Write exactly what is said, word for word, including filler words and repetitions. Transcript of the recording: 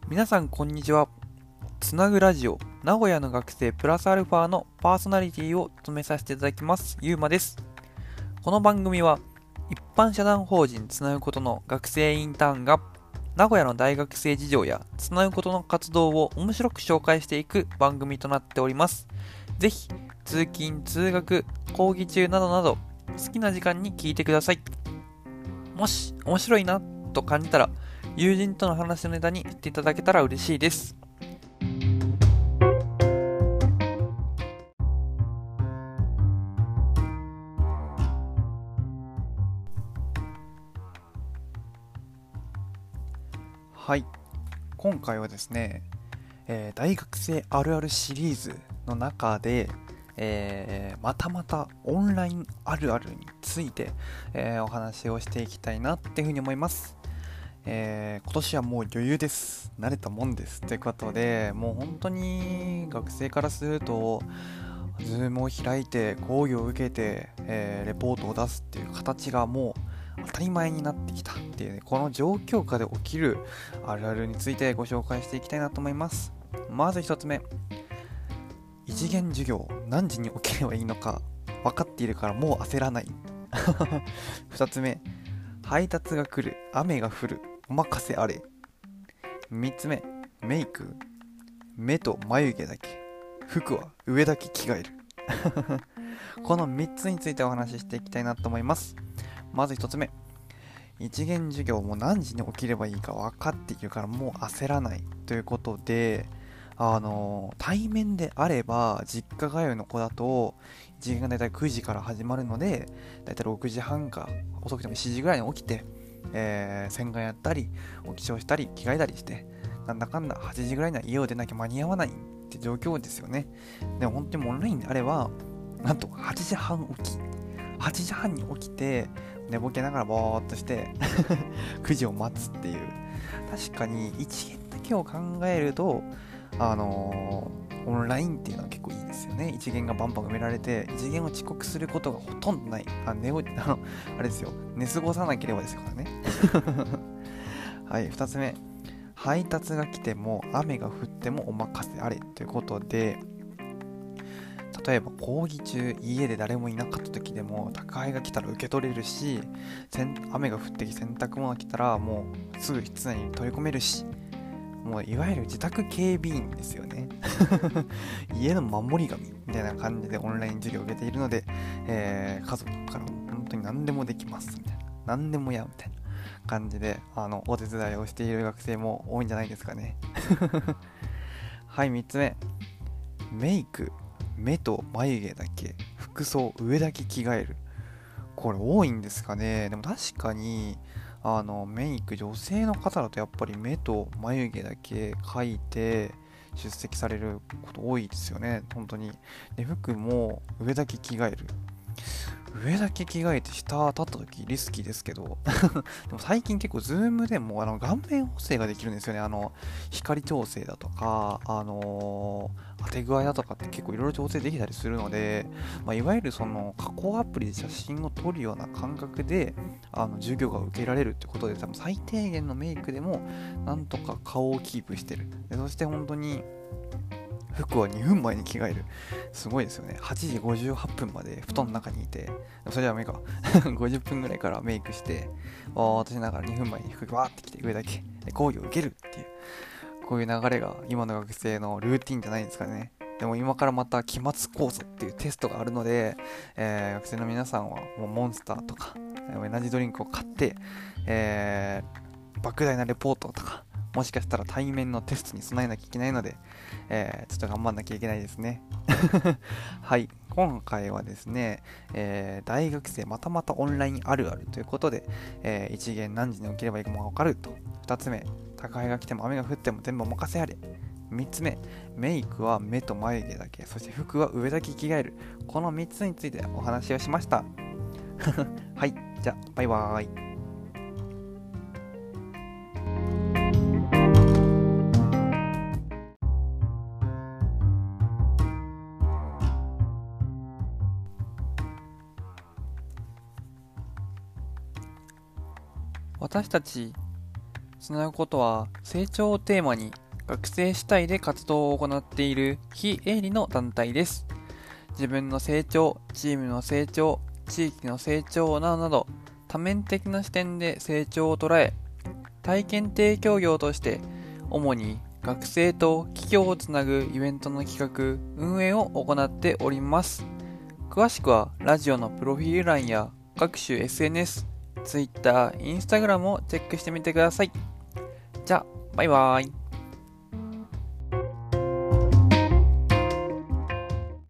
皆さんこんにちは。つなぐラジオ名古屋の学生プラスアルファのパーソナリティを務めさせていただきますゆうまです。この番組は一般社団法人つなぐことの学生インターンが名古屋の大学生事情やつなぐことの活動を面白く紹介していく番組となっております。ぜひ通勤通学講義中などなど好きな時間に聞いてください。もし面白いなと感じたら友人との話のネタにしていただけたら嬉しいです。はい、今回はですね、えー大学生あるあるシリーズの中で、えーまたまたオンラインあるあるについて、えーお話をしていきたいなっていうふうに思います。えー今年はもう余裕です。慣れたもんです。ということで、もう本当に学生からすると、ズームを開いて講義を受けて、えーレポートを出すっていう形がもう当たり前になってきたっていう、ね、この状況下で起きるあるあるについてご紹介していきたいなと思います。まず一つ目、異次元授業何時に起きればいいのか分かっているからもう焦らない。二つ目、配達が来る雨が降るお任せあれ。三つ目、メイク目と眉毛だけ、服は上だけ着替える。このみっつについてお話ししていきたいなと思います。まずひとつめ、一限授業も何時に起きればいいか分かっているからもう焦らないということで、あの対面であれば実家通いの子だと一限がだいたいくじから始まるので、だいたいろくじはんか遅くてもしちじぐらいに起きて、えー洗顔やったりお化粧したり着替えたりして、なんだかんだはちじぐらいには家を出なきゃ間に合わないって状況ですよね。でも本当にオンラインであれば、なんとはちじはん起き、はちじはんに起きて、寝ぼけながらぼーっとしてくじを待つっていう。確かに一元だけを考えると、あのーオンラインっていうのは結構いいですよね。一元がバンバン埋められて、一元を遅刻することがほとんどない。あ、寝お、あの、あれですよ。寝過ごさなければですからね。はい、二つ目。配達が来ても雨が降ってもお任せあれということで、例えば講義中家で誰もいなかった時でも宅配が来たら受け取れるし、雨が降ってき洗濯物が来たらもうすぐ室内に取り込めるし、もういわゆる自宅警備員ですよね。家の守り神みたいな感じでオンライン授業を受けているので、えー家族からも本当に何でもできますみたいな、何でもやみたいな感じで、あのお手伝いをしている学生も多いんじゃないですかね。はい、みっつめ、メイク目と眉毛だけ、服装上だけ着替える。これ多いんですかね。でも確かにあのメイク、女性の方だとやっぱり目と眉毛だけ描いて出席されること多いですよね、本当に。で、服も上だけ着替える。上だけ着替えて下立った時リスキーですけどでも最近結構ズームでもあの顔面補正ができるんですよね。あの光調整だとか、あのー当て具合だとかって結構いろいろ調整できたりするので、まあ、いわゆるその加工アプリで写真を撮るような感覚であの授業が受けられるってことで、多分最低限のメイクでもなんとか顔をキープしてる。で、そして本当に服はにふんまえに着替える。すごいですよね。はちじごじゅうはっぷんまで布団の中にいて、それはダメか。ごじゅっぷんぐらいからメイクして、ぼーっとしながらにふんまえに服バーって着て上だけで講義を受けるっていう、こういう流れが今の学生のルーティンじゃないですかね。でも今からまた期末講座っていうテストがあるので、えー学生の皆さんはもうモンスターとかエナジードリンクを買って、えー莫大なレポートとか、もしかしたら対面のテストに備えなきゃいけないので、えーちょっと頑張んなきゃいけないですね。はい、今回はですね、えー大学生またまたオンラインあるあるということで、えー一元何時に起きればいいかも分かると。ふたつめ、宅配が来ても雨が降っても全部お任せあれ。みっつめ、メイクは目と眉毛だけ、そして服は上だけ着替える。このみっつについてお話をしました。はい、じゃあバイバーイ。私たちつなぐことは成長をテーマに学生主体で活動を行っている非営利の団体です。自分の成長、チームの成長、地域の成長などなど多面的な視点で成長を捉え、体験提供業として主に学生と企業をつなぐイベントの企画・運営を行っております。詳しくはラジオのプロフィール欄や各種 エスエヌエス、Twitter、Instagram をチェックしてみてください。じゃあ、バイバーイ。